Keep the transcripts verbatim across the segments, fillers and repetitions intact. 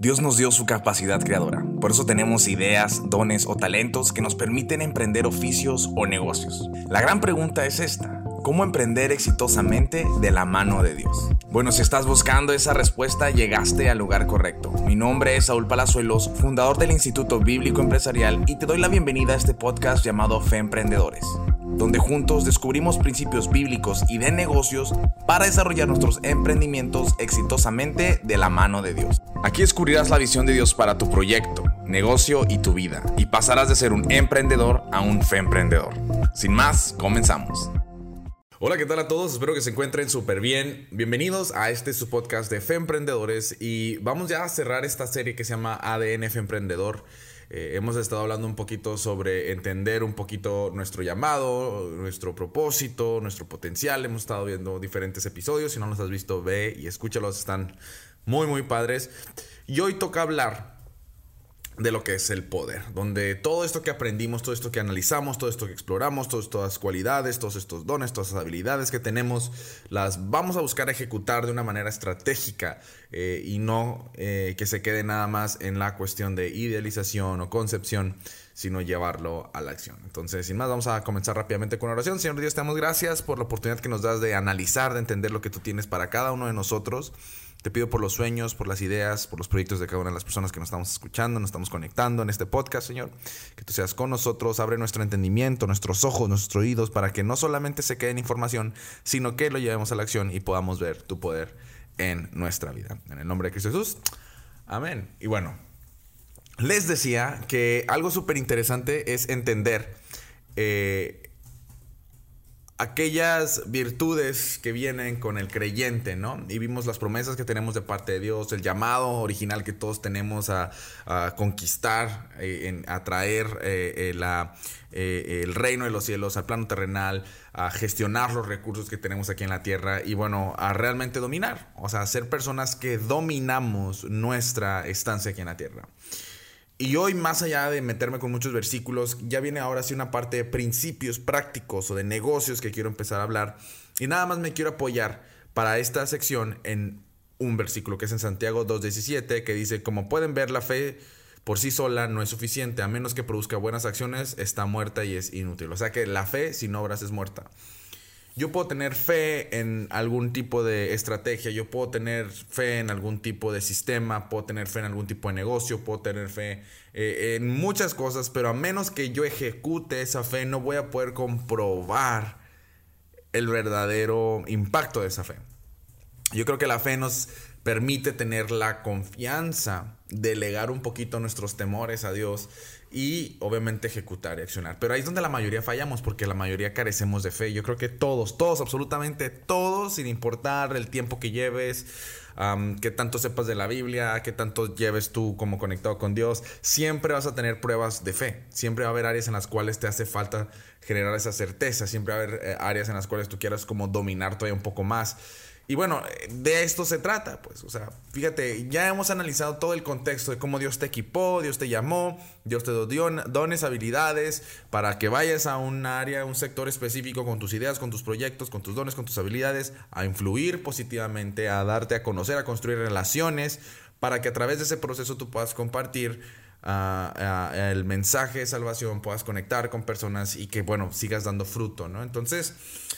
Dios nos dio su capacidad creadora, por eso tenemos ideas, dones o talentos que nos permiten emprender oficios o negocios. La gran pregunta es esta: ¿cómo emprender exitosamente de la mano de Dios? Bueno, si estás buscando esa respuesta, llegaste al lugar correcto. Mi nombre es Saúl Palazuelos, fundador del Instituto Bíblico Empresarial, y te doy la bienvenida a este podcast llamado Fe Emprendedores, donde juntos descubrimos principios bíblicos y de negocios para desarrollar nuestros emprendimientos exitosamente de la mano de Dios. Aquí descubrirás la visión de Dios para tu proyecto, negocio y tu vida, y pasarás de ser un emprendedor a un fe emprendedor. Sin más, comenzamos. Hola, ¿qué tal a todos? Espero que se encuentren súper bien. Bienvenidos a este su podcast de Fe Emprendedores, y vamos ya a cerrar esta serie que se llama A D N Fe Emprendedor. Eh, hemos estado hablando un poquito sobre entender un poquito nuestro llamado, nuestro propósito, nuestro potencial. Hemos estado viendo diferentes episodios. Si no los has visto, ve y escúchalos. Están muy, muy padres. Y hoy toca hablar de lo que es el poder, donde todo esto que aprendimos, todo esto que analizamos, todo esto que exploramos, todas estas cualidades, todos estos dones, todas esas habilidades que tenemos, las vamos a buscar ejecutar de una manera estratégica eh, y no eh, que se quede nada más en la cuestión de idealización o concepción, sino llevarlo a la acción. Entonces, sin más, vamos a comenzar rápidamente con oración. Señor Dios, te damos gracias por la oportunidad que nos das de analizar, de entender lo que tú tienes para cada uno de nosotros. Te pido por los sueños, por las ideas, por los proyectos de cada una de las personas que nos estamos escuchando, nos estamos conectando en este podcast, Señor. Que tú seas con nosotros, abre nuestro entendimiento, nuestros ojos, nuestros oídos, para que no solamente se quede en información, sino que lo llevemos a la acción y podamos ver tu poder en nuestra vida. En el nombre de Cristo Jesús, amén. Y bueno, les decía que algo súper interesante es entender eh, aquellas virtudes que vienen con el creyente, ¿no? Y vimos las promesas que tenemos de parte de Dios, el llamado original que todos tenemos a, a conquistar, eh, en, a traer eh, eh, la, eh, el reino de los cielos al plano terrenal, a gestionar los recursos que tenemos aquí en la tierra y, bueno, a realmente dominar, o sea, ser personas que dominamos nuestra estancia aquí en la tierra. Y hoy, más allá de meterme con muchos versículos, ya viene ahora sí una parte de principios prácticos o de negocios que quiero empezar a hablar. Y nada más me quiero apoyar para esta sección en un versículo que es en Santiago dos diecisiete, que dice: como pueden ver, la fe por sí sola no es suficiente, a menos que produzca buenas acciones, está muerta y es inútil. O sea que la fe sin obras es muerta. Yo puedo tener fe en algún tipo de estrategia, yo puedo tener fe en algún tipo de sistema, puedo tener fe en algún tipo de negocio, puedo tener fe eh, en muchas cosas, pero a menos que yo ejecute esa fe, no voy a poder comprobar el verdadero impacto de esa fe. Yo creo que la fe nos permite tener la confianza, delegar un poquito nuestros temores a Dios y obviamente ejecutar y accionar. Pero ahí es donde la mayoría fallamos, porque la mayoría carecemos de fe. Yo creo que todos, todos, absolutamente todos, sin importar el tiempo que lleves, um, qué tanto sepas de la Biblia, qué tanto lleves tú como conectado con Dios, siempre vas a tener pruebas de fe. Siempre va a haber áreas en las cuales te hace falta generar esa certeza. Siempre va a haber eh, áreas en las cuales tú quieras como dominar todavía un poco más. Y bueno, de esto se trata, pues, o sea, fíjate, ya hemos analizado todo el contexto de cómo Dios te equipó, Dios te llamó, Dios te dio dones, habilidades para que vayas a un área, un sector específico con tus ideas, con tus proyectos, con tus dones, con tus habilidades, a influir positivamente, a darte a conocer, a construir relaciones, para que a través de ese proceso tú puedas compartir uh, uh, el mensaje de salvación, puedas conectar con personas y que, bueno, sigas dando fruto, ¿no? Entonces,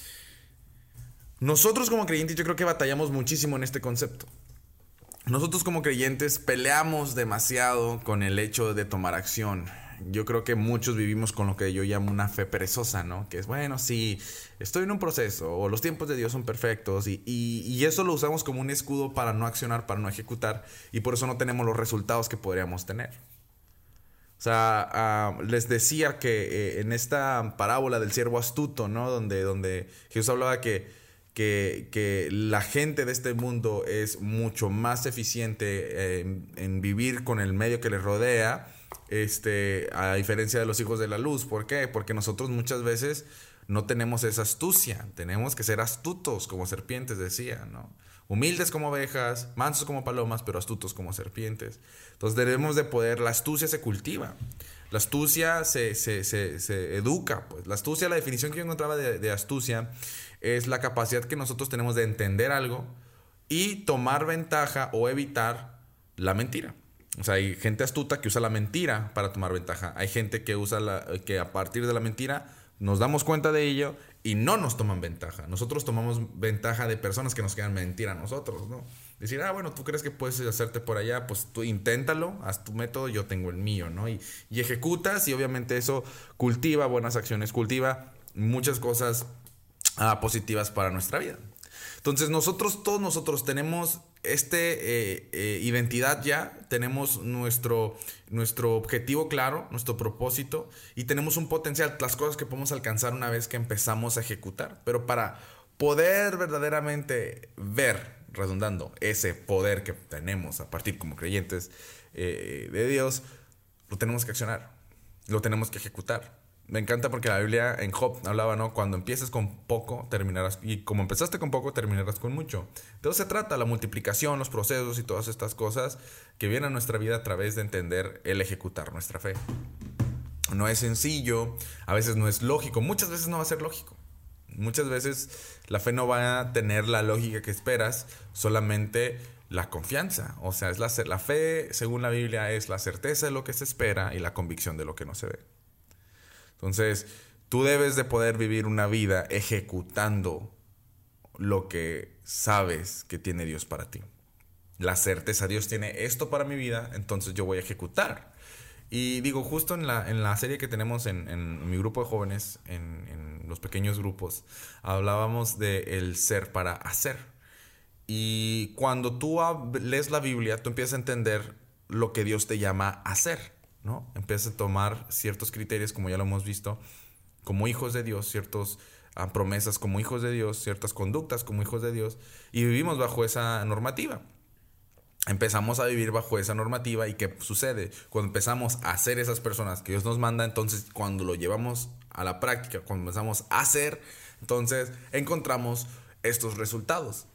nosotros como creyentes yo creo que batallamos muchísimo en este concepto. Nosotros como creyentes peleamos demasiado con el hecho de tomar acción. Yo creo que muchos vivimos con lo que yo llamo una fe perezosa, ¿no? Que es, bueno, sí, estoy en un proceso, o los tiempos de Dios son perfectos, y, y, y eso lo usamos como un escudo para no accionar, para no ejecutar, y por eso no tenemos los resultados que podríamos tener. O sea, uh, les decía que eh, en esta parábola del siervo astuto, ¿no? Donde, donde Jesús hablaba que Que, que la gente de este mundo es mucho más eficiente en, en vivir con el medio que les rodea, este, a diferencia de los hijos de la luz. ¿Por qué? Porque nosotros muchas veces no tenemos esa astucia. Tenemos que ser astutos como serpientes, decía, ¿no? Humildes como ovejas, mansos como palomas, pero astutos como serpientes. Entonces debemos de poder, la astucia se cultiva. La astucia se, se, se, se educa, pues. La astucia, la definición que yo encontraba de, de astucia es la capacidad que nosotros tenemos de entender algo y tomar ventaja o evitar la mentira. O sea, hay gente astuta que usa la mentira para tomar ventaja. Hay gente que usa la, que a partir de la mentira nos damos cuenta de ello y no nos toman ventaja. Nosotros tomamos ventaja de personas que nos quieran mentir a nosotros, ¿no? Decir, ah, bueno, tú crees que puedes hacerte por allá, pues tú inténtalo, haz tu método, yo tengo el mío, ¿no? Y, y ejecutas, y obviamente eso cultiva buenas acciones, cultiva muchas cosas ah, positivas para nuestra vida. Entonces nosotros, todos nosotros tenemos este eh, eh, identidad ya, tenemos nuestro, nuestro objetivo claro, nuestro propósito, y tenemos un potencial, las cosas que podemos alcanzar una vez que empezamos a ejecutar. Pero para poder verdaderamente ver, redundando, ese poder que tenemos a partir como creyentes eh, de Dios, lo tenemos que accionar, lo tenemos que ejecutar. Me encanta porque la Biblia en Job hablaba, ¿no? Cuando empieces con poco, terminarás. Y como empezaste con poco, terminarás con mucho. De eso se trata, la multiplicación, los procesos y todas estas cosas que vienen a nuestra vida a través de entender el ejecutar nuestra fe. No es sencillo, a veces no es lógico, muchas veces no va a ser lógico. Muchas veces la fe no va a tener la lógica que esperas, solamente la confianza. O sea, es la, la fe, según la Biblia, es la certeza de lo que se espera y la convicción de lo que no se ve. Entonces, tú debes de poder vivir una vida ejecutando lo que sabes que tiene Dios para ti. La certeza, Dios tiene esto para mi vida, entonces yo voy a ejecutar. Y digo, justo en la, en la serie que tenemos en, en mi grupo de jóvenes, en, en los pequeños grupos, hablábamos de el ser para hacer. Y cuando tú lees la Biblia, tú empiezas a entender lo que Dios te llama a hacer, ¿no? Empiezas a tomar ciertos criterios, como ya lo hemos visto, como hijos de Dios, ciertas uh, promesas como hijos de Dios, ciertas conductas como hijos de Dios, y vivimos bajo esa normativa. Empezamos a vivir bajo esa normativa. ¿Y qué sucede? Cuando empezamos a ser esas personas que Dios nos manda, entonces cuando lo llevamos a la práctica, cuando empezamos a hacer, entonces encontramos estos resultados.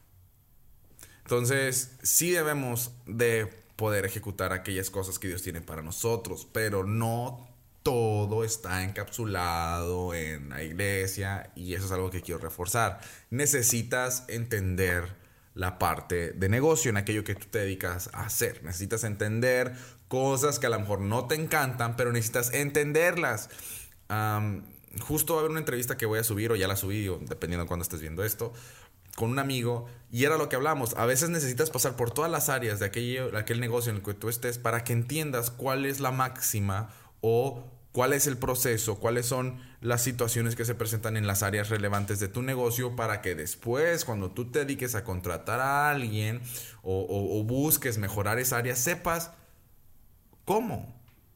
Entonces sí debemos de poder ejecutar aquellas cosas que Dios tiene para nosotros, pero no todo está encapsulado en la iglesia, y eso es algo que quiero reforzar. Necesitas entender la parte de negocio en aquello que tú te dedicas a hacer. Necesitas entender cosas que a lo mejor no te encantan, pero necesitas entenderlas. Um, justo va a haber una entrevista que voy a subir, o ya la subí, o dependiendo de cuándo estés viendo esto, con un amigo, y era lo que hablamos. A veces necesitas pasar por todas las áreas de aquel, de aquel negocio en el que tú estés para que entiendas cuál es la máxima, o cuál es el proceso, cuáles son las situaciones que se presentan en las áreas relevantes de tu negocio, para que después, cuando tú te dediques a contratar a alguien o, o, o busques mejorar esa área, sepas cómo.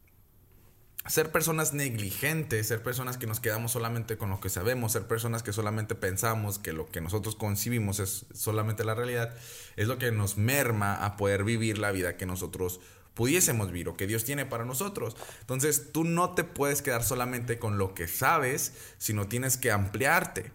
Ser personas negligentes, ser personas que nos quedamos solamente con lo que sabemos, ser personas que solamente pensamos que lo que nosotros concibimos es solamente la realidad, es lo que nos merma a poder vivir la vida que nosotros pudiésemos vivir o que Dios tiene para nosotros. Entonces tú no te puedes quedar solamente con lo que sabes, sino tienes que ampliarte.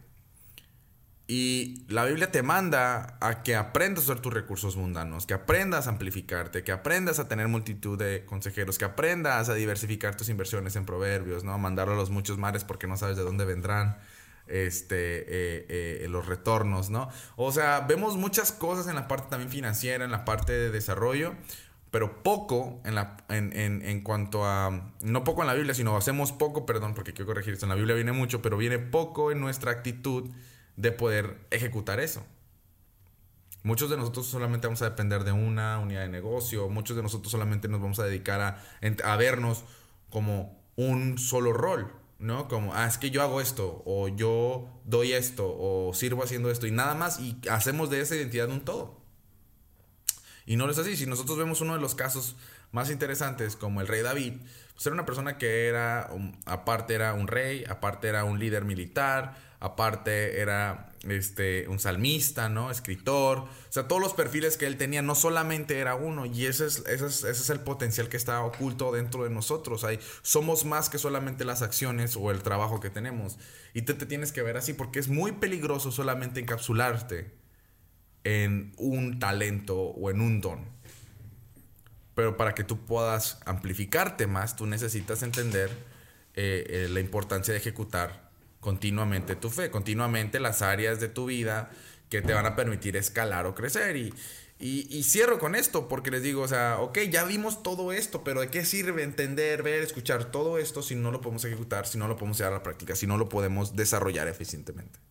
Y la Biblia te manda a que aprendas a usar tus recursos mundanos, que aprendas a amplificarte, que aprendas a tener multitud de consejeros, que aprendas a diversificar tus inversiones en proverbios, ¿no? A mandarlo a los muchos mares porque no sabes de dónde vendrán este, eh, eh, los retornos, ¿no? O sea, vemos muchas cosas en la parte también financiera, en la parte de desarrollo, pero poco en, la, en, en, en cuanto a... No poco en la Biblia, sino hacemos poco, perdón, porque quiero corregir esto. En la Biblia viene mucho, pero viene poco en nuestra actitud de poder ejecutar eso. Muchos de nosotros solamente vamos a depender de una unidad de negocio. Muchos de nosotros solamente nos vamos a dedicar a, a vernos como un solo rol, ¿no? Como, ah, es que yo hago esto, o yo doy esto, o sirvo haciendo esto, y nada más, y hacemos de esa identidad un todo. Y no es así. Si nosotros vemos uno de los casos más interesantes, como el rey David, pues era una persona que era, um, aparte era un rey, aparte era un líder militar, aparte era este, un salmista, ¿no? Escritor. O sea, todos los perfiles que él tenía, no solamente era uno. Y ese es, ese es, ese es el potencial que está oculto dentro de nosotros. Hay, somos más que solamente las acciones o el trabajo que tenemos. Y te, te tienes que ver así, porque es muy peligroso solamente encapsularte en un talento o en un don. Pero para que tú puedas amplificarte más, tú necesitas entender eh, eh, la importancia de ejecutar continuamente tu fe, continuamente las áreas de tu vida que te van a permitir escalar o crecer. Y, Y, y cierro con esto porque les digo, o sea, ok, ya vimos todo esto, pero ¿de qué sirve entender, ver, escuchar todo esto si no lo podemos ejecutar, si no lo podemos llevar a la práctica, si no lo podemos desarrollar eficientemente?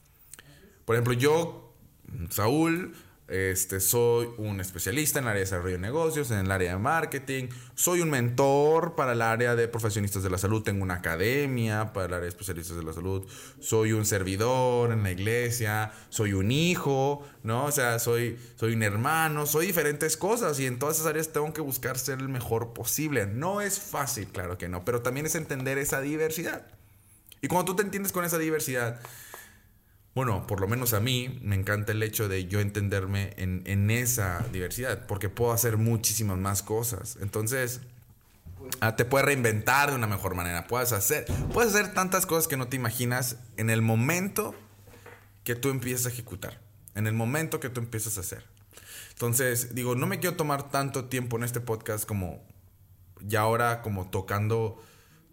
Por ejemplo, yo, Saúl, este, soy un especialista en el área de desarrollo de negocios, en el área de marketing. Soy un mentor para el área de profesionistas de la salud. Tengo una academia para el área de especialistas de la salud. Soy un servidor en la iglesia. Soy un hijo, ¿no? O sea, soy, soy un hermano. Soy diferentes cosas y en todas esas áreas tengo que buscar ser el mejor posible. No es fácil, claro que no, pero también es entender esa diversidad. Y cuando tú te entiendes con esa diversidad, bueno, por lo menos a mí me encanta el hecho de yo entenderme en, en esa diversidad, porque puedo hacer muchísimas más cosas. Entonces, ah, te puedes reinventar de una mejor manera. Puedes hacer, puedes hacer tantas cosas que no te imaginas en el momento que tú empiezas a ejecutar, en el momento que tú empiezas a hacer. Entonces, digo, no me quiero tomar tanto tiempo en este podcast como ya ahora como tocando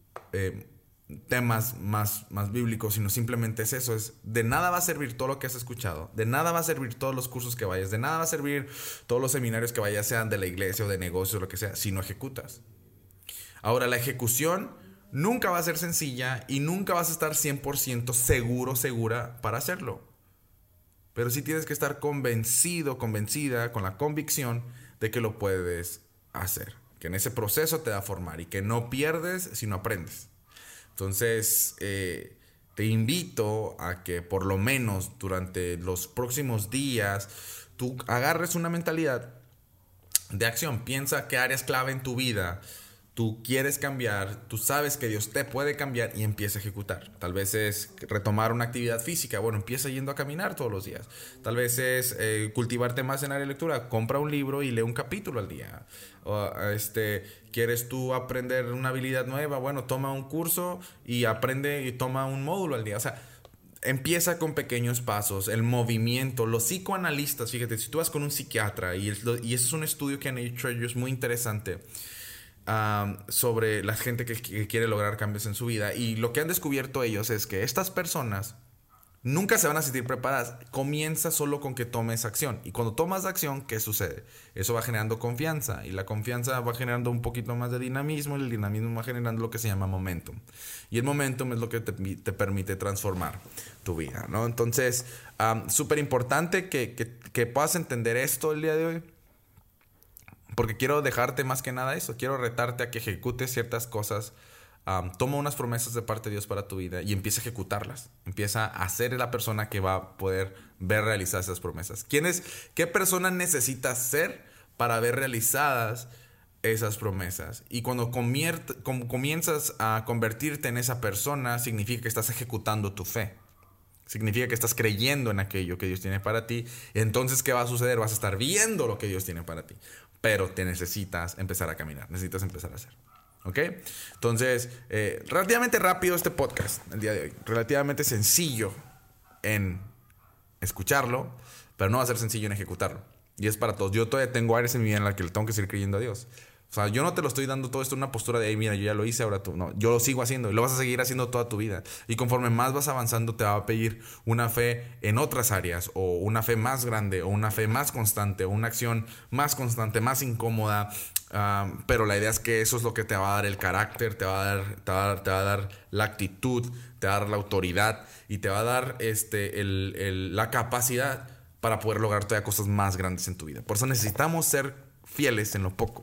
Eh, temas más, más bíblicos, sino simplemente es eso, es de nada va a servir todo lo que has escuchado, de nada va a servir todos los cursos que vayas, de nada va a servir todos los seminarios que vayas, sean de la iglesia o de negocios o lo que sea, si no ejecutas. Ahora, la ejecución nunca va a ser sencilla y nunca vas a estar cien por ciento seguro, segura para hacerlo, pero sí tienes que estar convencido, convencida, con la convicción de que lo puedes hacer, que en ese proceso te va a formar y que no pierdes sino aprendes. Entonces, eh, te invito a que por lo menos durante los próximos días tú agarres una mentalidad de acción. Piensa qué áreas clave en tu vida tú quieres cambiar, tú sabes que Dios te puede cambiar y empieza a ejecutar. Tal vez es retomar una actividad física. Bueno, empieza yendo a caminar todos los días. Tal vez es eh, cultivarte más en área de lectura. Compra un libro y lee un capítulo al día. O, este, ¿quieres tú aprender una habilidad nueva? Bueno, toma un curso y aprende y toma un módulo al día. O sea, empieza con pequeños pasos, el movimiento. Los psicoanalistas, fíjate, si tú vas con un psiquiatra, y, es lo, y ese es un estudio que han hecho ellos muy interesante, Um, sobre la gente que, que quiere lograr cambios en su vida, y lo que han descubierto ellos es que estas personas nunca se van a sentir preparadas. Comienza solo con que tomes acción, y cuando tomas acción, ¿qué sucede? Eso va generando confianza, y la confianza va generando un poquito más de dinamismo, y el dinamismo va generando lo que se llama momentum, y el momentum es lo que te, te permite transformar tu vida, ¿no? Entonces, um, súper importante que, que, que puedas entender esto el día de hoy, porque quiero dejarte más que nada eso. Quiero retarte a que ejecutes ciertas cosas. Um, toma unas promesas de parte de Dios para tu vida y empieza a ejecutarlas. Empieza a ser la persona que va a poder ver realizadas esas promesas. ¿Quién es, qué persona necesitas ser para ver realizadas esas promesas? Y cuando comiert, com, comienzas a convertirte en esa persona, significa que estás ejecutando tu fe. Significa que estás creyendo en aquello que Dios tiene para ti. Entonces, ¿qué va a suceder? Vas a estar viendo lo que Dios tiene para ti. Pero te necesitas empezar a caminar. Necesitas empezar a hacer. ¿Ok? Entonces, eh, relativamente rápido este podcast el día de hoy. Relativamente sencillo en escucharlo, pero no va a ser sencillo en ejecutarlo. Y es para todos. Yo todavía tengo áreas en mi vida en las que le tengo que seguir creyendo a Dios. O sea, yo no te lo estoy dando todo esto en una postura de, hey, mira, yo ya lo hice, ahora tú. No, yo lo sigo haciendo y lo vas a seguir haciendo toda tu vida. Y conforme más vas avanzando, te va a pedir una fe en otras áreas, o una fe más grande, o una fe más constante, o una acción más constante, más incómoda. Um, pero la idea es que eso es lo que te va a dar el carácter, te va a dar, te va a dar, te va a dar la actitud, te va a dar la autoridad y te va a dar este, el, el, la capacidad para poder lograr todavía cosas más grandes en tu vida. Por eso necesitamos ser fieles en lo poco,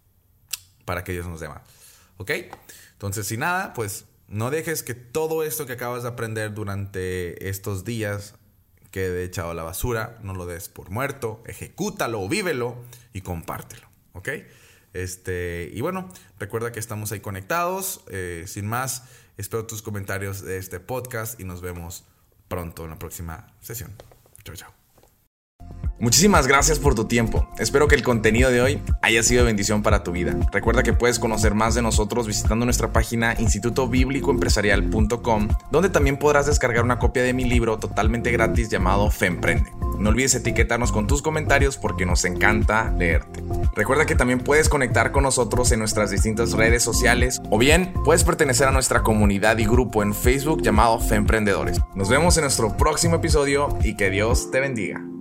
para que Dios nos dé más. ¿Ok? Entonces, sin nada, pues no dejes que todo esto que acabas de aprender durante estos días quede echado a la basura. No lo des por muerto. Ejecútalo, vívelo y compártelo. ¿Ok? Este, y bueno, recuerda que estamos ahí conectados. Eh, sin más, espero tus comentarios de este podcast y nos vemos pronto en la próxima sesión. Chao, chao. Muchísimas gracias por tu tiempo. Espero que el contenido de hoy haya sido de bendición para tu vida. Recuerda que puedes conocer más de nosotros visitando nuestra página instituto bíblico empresarial punto com, donde también podrás descargar una copia de mi libro totalmente gratis llamado Fe Emprende. No olvides etiquetarnos con tus comentarios porque nos encanta leerte. Recuerda que también puedes conectar con nosotros en nuestras distintas redes sociales, o bien puedes pertenecer a nuestra comunidad y grupo en Facebook llamado Fe Emprendedores. Nos vemos en nuestro próximo episodio y que Dios te bendiga.